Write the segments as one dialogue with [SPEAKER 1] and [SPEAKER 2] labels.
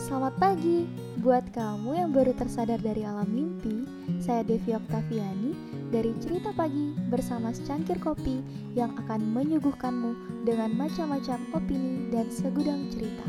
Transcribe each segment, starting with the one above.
[SPEAKER 1] Selamat pagi buat kamu yang baru tersadar dari alam mimpi. Saya Devi Oktaviani dari Cerita Pagi bersama secangkir kopi yang akan menyuguhkanmu dengan macam-macam opini dan segudang cerita.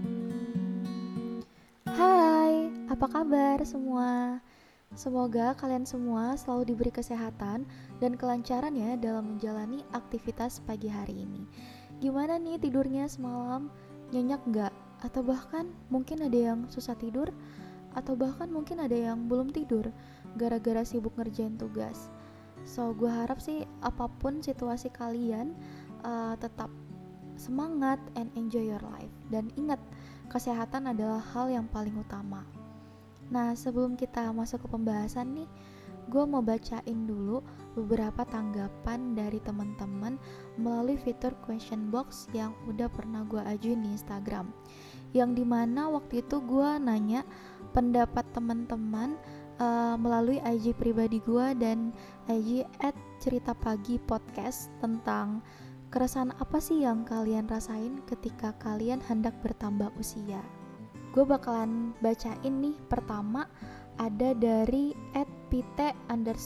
[SPEAKER 1] Hai, apa kabar semua? Semoga kalian semua selalu diberi kesehatan dan kelancaran ya dalam menjalani aktivitas pagi hari ini. Gimana nih tidurnya semalam? Nyenyak nggak? Atau bahkan mungkin ada yang susah tidur, atau bahkan mungkin ada yang belum tidur gara-gara sibuk ngerjain tugas. So, gue harap sih apapun situasi kalian tetap semangat and enjoy your life. Dan ingat, kesehatan adalah hal yang paling utama. Nah, sebelum kita masuk ke pembahasan nih, gue mau bacain dulu beberapa tanggapan dari teman-teman melalui fitur question box yang udah pernah gue ajuin di Instagram, yang dimana waktu itu gue nanya pendapat teman-teman melalui IG pribadi gue dan IG @ceritapagipodcast tentang keresahan apa sih yang kalian rasain ketika kalian hendak bertambah usia. Gue bakalan bacain nih. Pertama ada dari @pite_.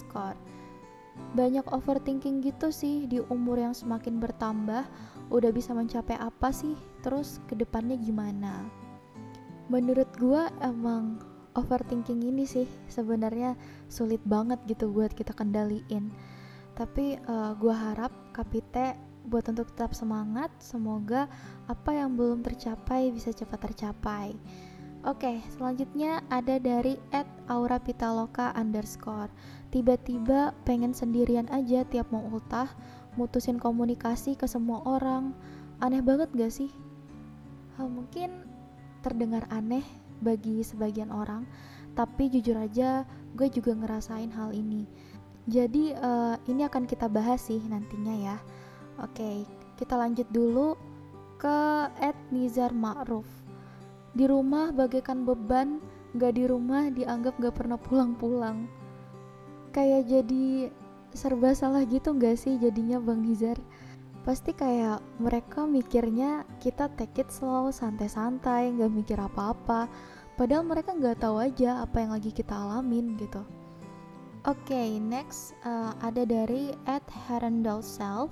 [SPEAKER 1] Banyak overthinking gitu sih di umur yang semakin bertambah. Udah bisa mencapai apa sih? Terus kedepannya gimana? Menurut gue emang overthinking ini sih sebenarnya sulit banget gitu buat kita kendaliin. Tapi gue harap Kapite buat untuk tetap semangat. Semoga apa yang belum tercapai bisa cepat tercapai. Oke, selanjutnya ada dari @aurapitaloka_. Tiba-tiba pengen sendirian aja tiap mau ultah, mutusin komunikasi ke semua orang. Aneh banget gak sih? Mungkin terdengar aneh bagi sebagian orang, tapi jujur aja gue juga ngerasain hal ini. Jadi ini akan kita bahas sih nantinya ya. Oke, kita lanjut dulu ke @nizar_ma'ruf. Di rumah bagaikan beban, gak di rumah dianggap gak pernah pulang-pulang. Kayak jadi serba salah gitu gak sih jadinya Bang Nizar? Pasti kayak mereka mikirnya kita take it slow, santai-santai, gak mikir apa-apa. Padahal mereka gak tahu aja apa yang lagi kita alamin gitu. Oke, next ada dari @herendalself_.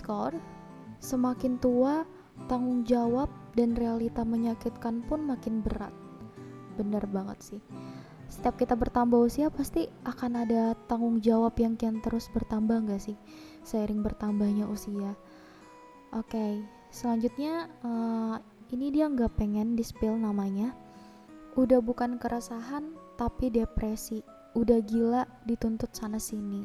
[SPEAKER 1] Semakin tua, tanggung jawab dan realita menyakitkan pun makin berat. Bener banget sih. Setiap kita bertambah usia pasti akan ada tanggung jawab yang kian terus bertambah gak sih seiring bertambahnya usia. Oke, selanjutnya ini dia gak pengen di-spill namanya. Udah bukan keresahan tapi depresi. Udah gila dituntut sana sini.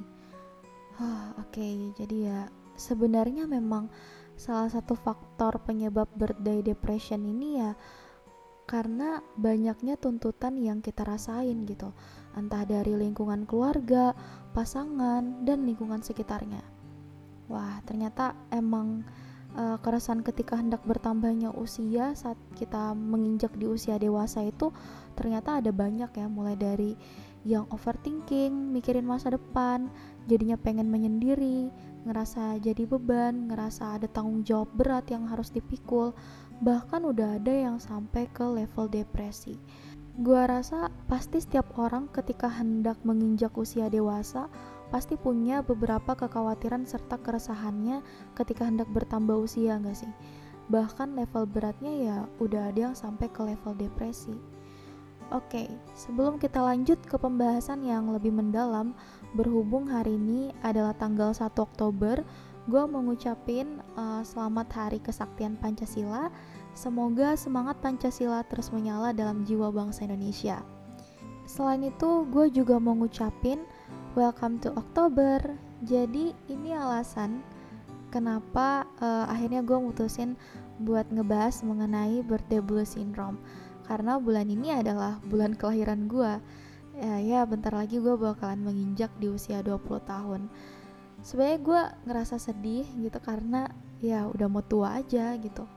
[SPEAKER 1] Oke, jadi ya sebenarnya memang salah satu faktor penyebab birthday depression ini ya karena banyaknya tuntutan yang kita rasain gitu, entah dari lingkungan keluarga, pasangan, dan lingkungan sekitarnya. Wah, ternyata emang keresahan ketika hendak bertambahnya usia saat kita menginjak di usia dewasa itu ternyata ada banyak ya, mulai dari yang overthinking, mikirin masa depan, jadinya pengen menyendiri, ngerasa jadi beban, ngerasa ada tanggung jawab berat yang harus dipikul, bahkan udah ada yang sampai ke level depresi. Gua rasa pasti setiap orang ketika hendak menginjak usia dewasa pasti punya beberapa kekhawatiran serta keresahannya ketika hendak bertambah usia gak sih? Bahkan level beratnya ya udah ada yang sampai ke level depresi. Oke, sebelum kita lanjut ke pembahasan yang lebih mendalam, berhubung hari ini adalah tanggal 1 Oktober, gue mau ngucapin selamat Hari Kesaktian Pancasila. Semoga semangat Pancasila terus menyala dalam jiwa bangsa Indonesia. Selain itu, gue juga mau ngucapin welcome to Oktober. Jadi ini alasan kenapa akhirnya gue mutusin buat ngebahas mengenai birthday blues syndrome. Karena bulan ini adalah bulan kelahiran gue. Ya bentar lagi gue bakalan menginjak di usia 20 tahun. Sebenarnya gue ngerasa sedih gitu karena ya udah mau tua aja gitu.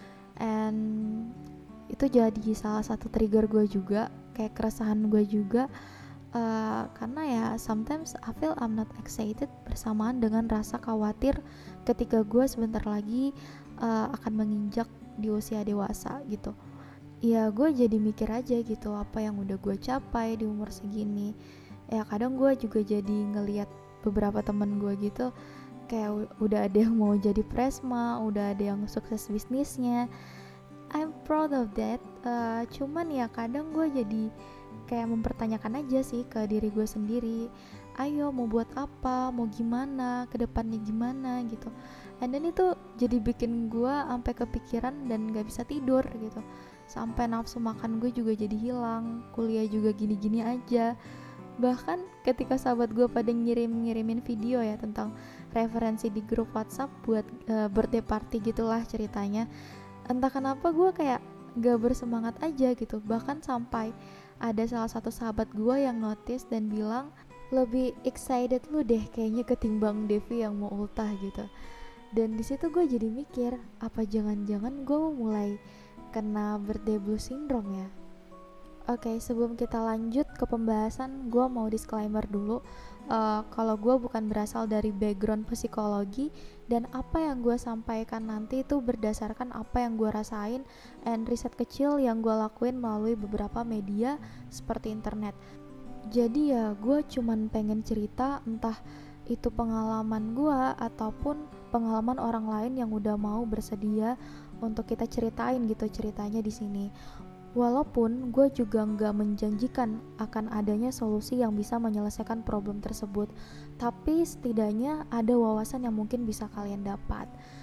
[SPEAKER 1] And itu jadi salah satu trigger gue juga, kayak keresahan gue juga. Karena ya sometimes I feel I'm not excited bersamaan dengan rasa khawatir ketika gue sebentar lagi akan menginjak di usia dewasa gitu. ya gue jadi mikir aja gitu apa yang udah gue capai di umur segini. Ya kadang gue juga jadi ngelihat beberapa temen gue gitu, kayak udah ada yang mau jadi presma, udah ada yang sukses bisnisnya. I'm proud of that. Cuman ya kadang gue jadi kayak mempertanyakan aja sih ke diri gue sendiri, ayo mau buat apa, mau gimana, kedepannya gimana gitu. And then itu jadi bikin gue sampai kepikiran dan gak bisa tidur gitu, sampai nafsu makan gue juga jadi hilang, kuliah juga gini-gini aja. Bahkan ketika sahabat gue pada ngirimin video ya tentang referensi di grup WhatsApp buat birthday party gitulah ceritanya, entah kenapa gue kayak gak bersemangat aja gitu. Bahkan sampai ada salah satu sahabat gue yang notice dan bilang, lebih excited lu deh kayaknya ketimbang Devi yang mau ultah gitu. Dan di situ gue jadi mikir, apa jangan-jangan gue mulai kena birthday blues syndrome ya. Oke, sebelum kita lanjut ke pembahasan, gue mau disclaimer dulu. Kalau gue bukan berasal dari background psikologi, dan apa yang gue sampaikan nanti itu berdasarkan apa yang gue rasain and riset kecil yang gue lakuin melalui beberapa media seperti internet. Jadi ya gue cuman pengen cerita, entah itu pengalaman gue ataupun pengalaman orang lain yang udah mau bersedia untuk kita ceritain gitu ceritanya di sini. Walaupun gue juga nggak menjanjikan akan adanya solusi yang bisa menyelesaikan problem tersebut, tapi setidaknya ada wawasan yang mungkin bisa kalian dapat.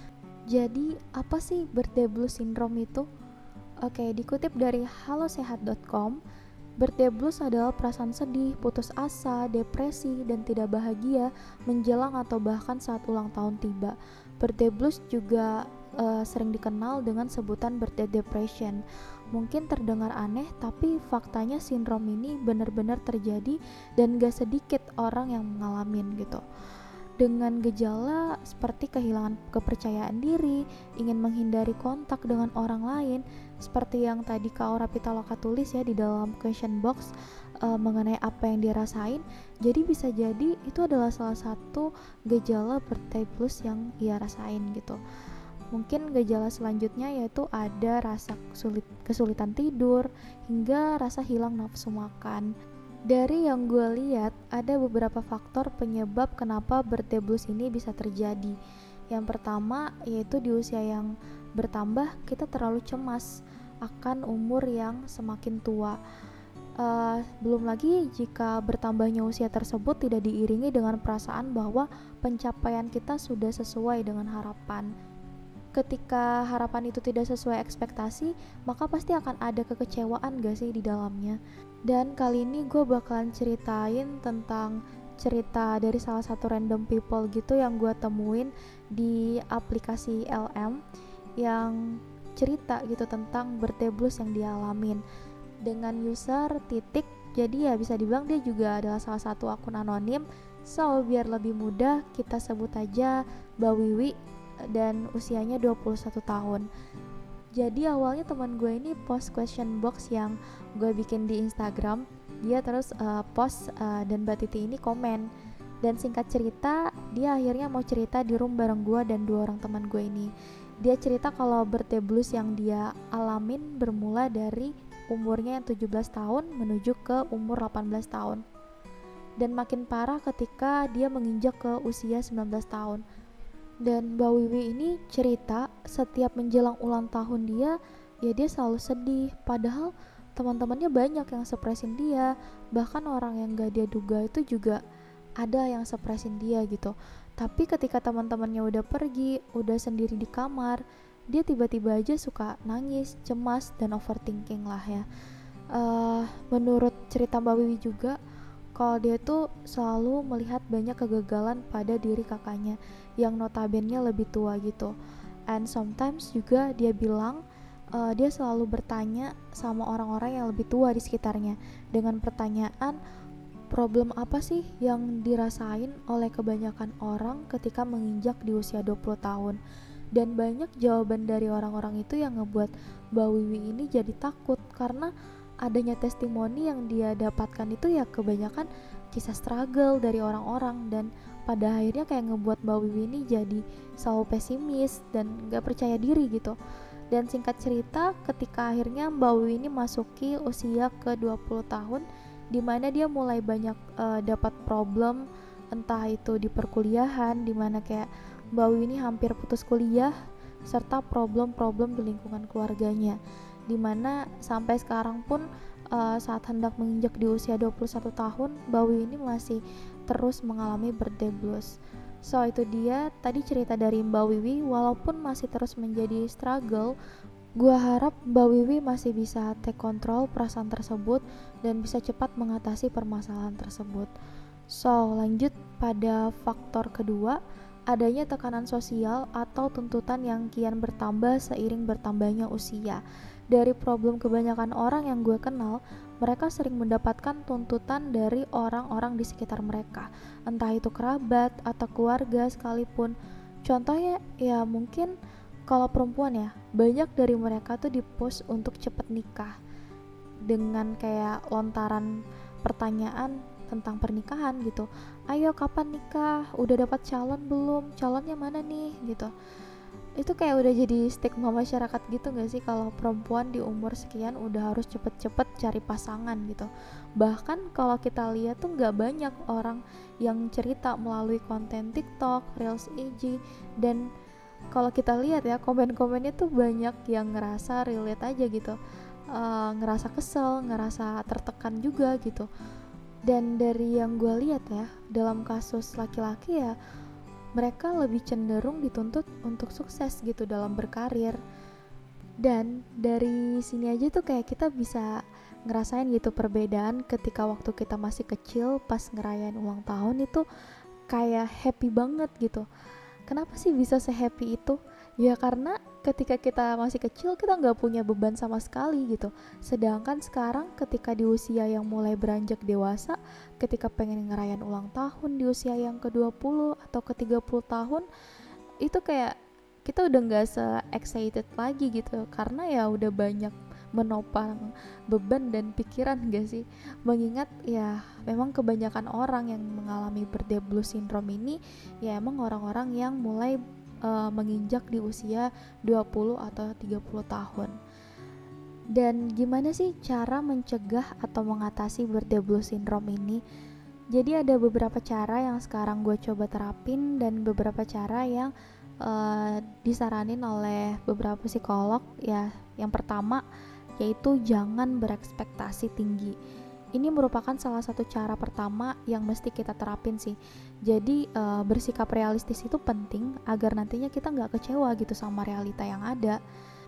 [SPEAKER 1] Jadi apa sih birthday blues syndrome itu? Oke, dikutip dari halosehat.com, birthday blues adalah perasaan sedih, putus asa, depresi, dan tidak bahagia menjelang atau bahkan saat ulang tahun tiba. Birthday blues juga sering dikenal dengan sebutan birthday depression. Mungkin terdengar aneh, tapi faktanya sindrom ini benar-benar terjadi dan gak sedikit orang yang ngalamin gitu. Dengan gejala seperti kehilangan kepercayaan diri, ingin menghindari kontak dengan orang lain, seperti yang tadi Kak Aura Pitaloka tulis ya di dalam question box mengenai apa yang dirasain. Jadi bisa jadi itu adalah salah satu gejala birthday blues yang ia rasain gitu. Mungkin gejala selanjutnya yaitu ada rasa kesulitan tidur hingga rasa hilang nafsu makan. Dari yang gue lihat, ada beberapa faktor penyebab kenapa birthday blues ini bisa terjadi. Yang pertama yaitu di usia yang bertambah kita terlalu cemas akan umur yang semakin tua. Belum lagi jika bertambahnya usia tersebut tidak diiringi dengan perasaan bahwa pencapaian kita sudah sesuai dengan harapan. Ketika harapan itu tidak sesuai ekspektasi, maka pasti akan ada kekecewaan gak sih di dalamnya. Dan kali ini gue bakalan ceritain tentang cerita dari salah satu random people gitu yang gue temuin di aplikasi LM, yang cerita gitu tentang birthday blues yang dialamin dengan user titik. Jadi ya bisa dibilang dia juga adalah salah satu akun anonim. So biar lebih mudah kita sebut aja Mbak Wiwi, dan usianya 21 tahun. Jadi awalnya teman gue ini post question box yang gue bikin di Instagram. Dia terus post dan Mbak Titi ini komen. Dan singkat cerita, dia akhirnya mau cerita di room bareng gue dan 2 orang teman gue ini. Dia cerita kalau birthday blues yang dia alamin bermula dari umurnya yang 17 tahun menuju ke umur 18 tahun. Dan makin parah ketika dia menginjak ke usia 19 tahun. Dan Mbak Wiwi ini cerita setiap menjelang ulang tahun dia, ya dia selalu sedih. Padahal teman-temannya banyak yang surprisein dia. Bahkan orang yang gak dia duga itu juga ada yang surprisein dia gitu. Tapi ketika teman-temannya udah pergi, udah sendiri di kamar, dia tiba-tiba aja suka nangis, cemas, dan overthinking lah ya. Menurut cerita Mbak Wiwi juga, kalau dia tuh selalu melihat banyak kegagalan pada diri kakaknya yang notabene lebih tua gitu. And sometimes juga dia bilang dia selalu bertanya sama orang-orang yang lebih tua di sekitarnya dengan pertanyaan, problem apa sih yang dirasain oleh kebanyakan orang ketika menginjak di usia 20 tahun. Dan banyak jawaban dari orang-orang itu yang ngebuat Mbak Wiwi ini jadi takut, karena adanya testimoni yang dia dapatkan itu ya kebanyakan kisah struggle dari orang-orang, dan pada akhirnya kayak ngebuat Mbak Wiwi ini jadi selalu pesimis dan gak percaya diri gitu. Dan singkat cerita, ketika akhirnya Mbak Wiwi ini masuki usia ke 20 tahun, dimana dia mulai banyak dapat problem, entah itu di perkuliahan, dimana kayak Mbak Wiwi ini hampir putus kuliah, serta problem-problem di lingkungan keluarganya, dimana sampai sekarang pun saat hendak menginjak di usia 21 tahun, Mbak Wiwi ini masih terus mengalami birthday blues. So itu dia tadi cerita dari Mbak Wiwi. Walaupun masih terus menjadi struggle, gua harap Mbak Wiwi masih bisa take control perasaan tersebut dan bisa cepat mengatasi permasalahan tersebut. So lanjut pada faktor kedua, adanya tekanan sosial atau tuntutan yang kian bertambah seiring bertambahnya usia. Dari problem kebanyakan orang yang gue kenal, mereka sering mendapatkan tuntutan dari orang-orang di sekitar mereka, entah itu kerabat atau keluarga sekalipun. Contohnya ya mungkin kalau perempuan ya, banyak dari mereka tuh di-push untuk cepet nikah dengan kayak lontaran pertanyaan tentang pernikahan gitu. Ayo kapan nikah? Udah dapat calon belum? Calonnya mana nih? Gitu. Itu kayak udah jadi stigma masyarakat gitu gak sih, kalau perempuan di umur sekian udah harus cepet-cepet cari pasangan gitu. Bahkan kalau kita lihat tuh gak banyak orang yang cerita melalui konten TikTok, Reels IG, dan kalau kita lihat ya komen-komennya tuh banyak yang ngerasa relate aja gitu, ngerasa kesel, ngerasa tertekan juga gitu. Dan dari yang gue lihat ya, dalam kasus laki-laki ya, mereka lebih cenderung dituntut untuk sukses gitu dalam berkarir. Dan dari sini aja tuh kayak kita bisa ngerasain gitu perbedaan ketika waktu kita masih kecil pas ngerayain ulang tahun itu kayak happy banget gitu. Kenapa sih bisa se-happy itu? Ya karena ketika kita masih kecil kita nggak punya beban sama sekali gitu. Sedangkan sekarang ketika di usia yang mulai beranjak dewasa, ketika pengen ngerayain ulang tahun di usia yang ke-20 atau ke-30 tahun, itu kayak kita udah nggak se-excited lagi gitu. Karena ya udah banyak menopang beban dan pikiran gak sih. Mengingat ya memang kebanyakan orang yang mengalami birthday blues syndrome ini ya emang orang-orang yang mulai menginjak di usia 20 atau 30 tahun. Dan gimana sih cara mencegah atau mengatasi birthday blues syndrome ini? Jadi ada beberapa cara yang sekarang gue coba terapin dan beberapa cara yang disaranin oleh beberapa psikolog ya. Yang pertama yaitu jangan berekspektasi tinggi. Ini merupakan salah satu cara pertama yang mesti kita terapin sih. Jadi bersikap realistis itu penting agar nantinya kita nggak kecewa gitu sama realita yang ada.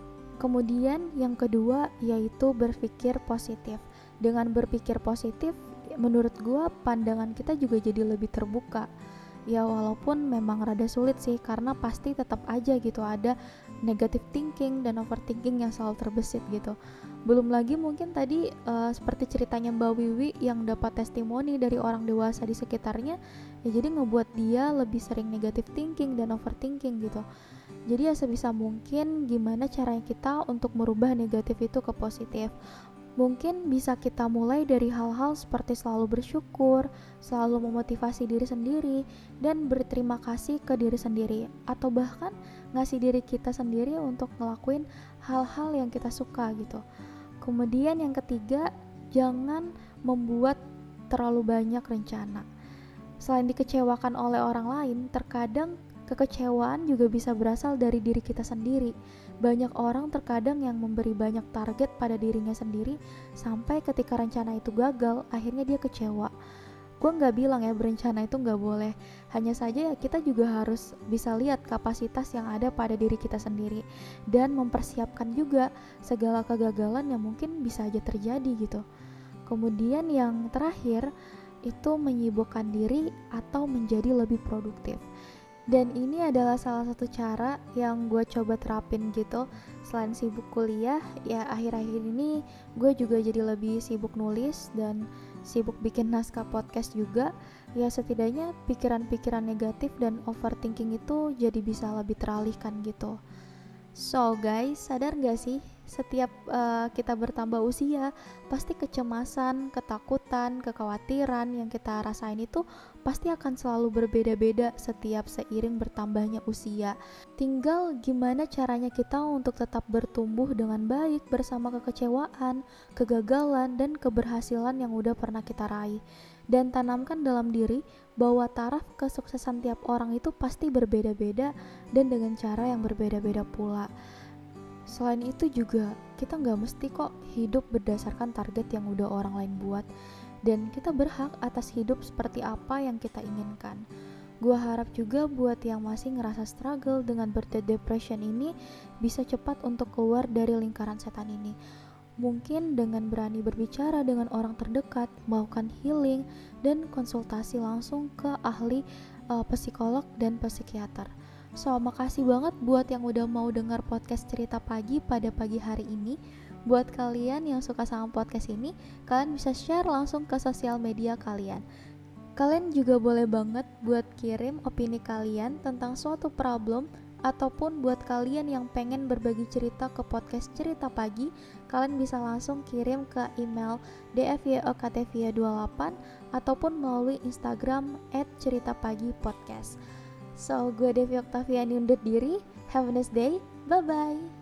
[SPEAKER 1] Kemudian yang kedua yaitu berpikir positif. Dengan berpikir positif, menurut gue pandangan kita juga jadi lebih terbuka. Ya walaupun memang rada sulit sih, karena pasti tetap aja gitu ada negative thinking dan overthinking yang selalu terbesit gitu. Belum lagi mungkin tadi seperti ceritanya Mbak Wiwi yang dapat testimoni dari orang dewasa di sekitarnya, ya jadi ngebuat dia lebih sering negative thinking dan overthinking gitu. Jadi ya sebisa mungkin gimana caranya kita untuk merubah negatif itu ke positif. Mungkin bisa kita mulai dari hal-hal seperti selalu bersyukur, selalu memotivasi diri sendiri, dan berterima kasih ke diri sendiri. Atau bahkan ngasih diri kita sendiri untuk ngelakuin hal-hal yang kita suka gitu. Kemudian yang ketiga, jangan membuat terlalu banyak rencana. Selain dikecewakan oleh orang lain, terkadang kekecewaan juga bisa berasal dari diri kita sendiri. Banyak orang terkadang yang memberi banyak target pada dirinya sendiri, sampai ketika rencana itu gagal, akhirnya dia kecewa. Gue gak bilang ya berencana itu gak boleh, hanya saja ya kita juga harus bisa lihat kapasitas yang ada pada diri kita sendiri, dan mempersiapkan juga segala kegagalan yang mungkin bisa aja terjadi gitu. Kemudian yang terakhir, itu menyibukkan diri atau menjadi lebih produktif. Dan ini adalah salah satu cara yang gue coba terapin gitu. Selain sibuk kuliah, ya akhir-akhir ini gue juga jadi lebih sibuk nulis dan sibuk bikin naskah podcast juga. Ya setidaknya pikiran-pikiran negatif dan overthinking itu jadi bisa lebih teralihkan gitu. So guys, sadar gak sih setiap kita bertambah usia, pasti kecemasan, ketakutan, kekhawatiran yang kita rasain itu pasti akan selalu berbeda-beda setiap seiring bertambahnya usia. Tinggal gimana caranya kita untuk tetap bertumbuh dengan baik bersama kekecewaan, kegagalan, dan keberhasilan yang udah pernah kita raih. Dan tanamkan dalam diri bahwa taraf kesuksesan tiap orang itu pasti berbeda-beda dan dengan cara yang berbeda-beda pula. Selain itu juga, kita nggak mesti kok hidup berdasarkan target yang udah orang lain buat. Dan kita berhak atas hidup seperti apa yang kita inginkan. Gua harap juga buat yang masih ngerasa struggle dengan birthday depression ini bisa cepat untuk keluar dari lingkaran setan ini. Mungkin dengan berani berbicara dengan orang terdekat, melakukan healing, dan konsultasi langsung ke ahli psikolog dan psikiater. So, makasih banget buat yang udah mau dengar podcast Cerita Pagi pada pagi hari ini. Buat kalian yang suka sama podcast ini, kalian bisa share langsung ke sosial media kalian. Kalian juga boleh banget buat kirim opini kalian tentang suatu problem, ataupun buat kalian yang pengen berbagi cerita ke podcast Cerita Pagi, kalian bisa langsung kirim ke email dfyoktavia28 ataupun melalui Instagram @ceritapagipodcast. So, gue Devi Oktaviani undur diri. Have a nice day. Bye-bye.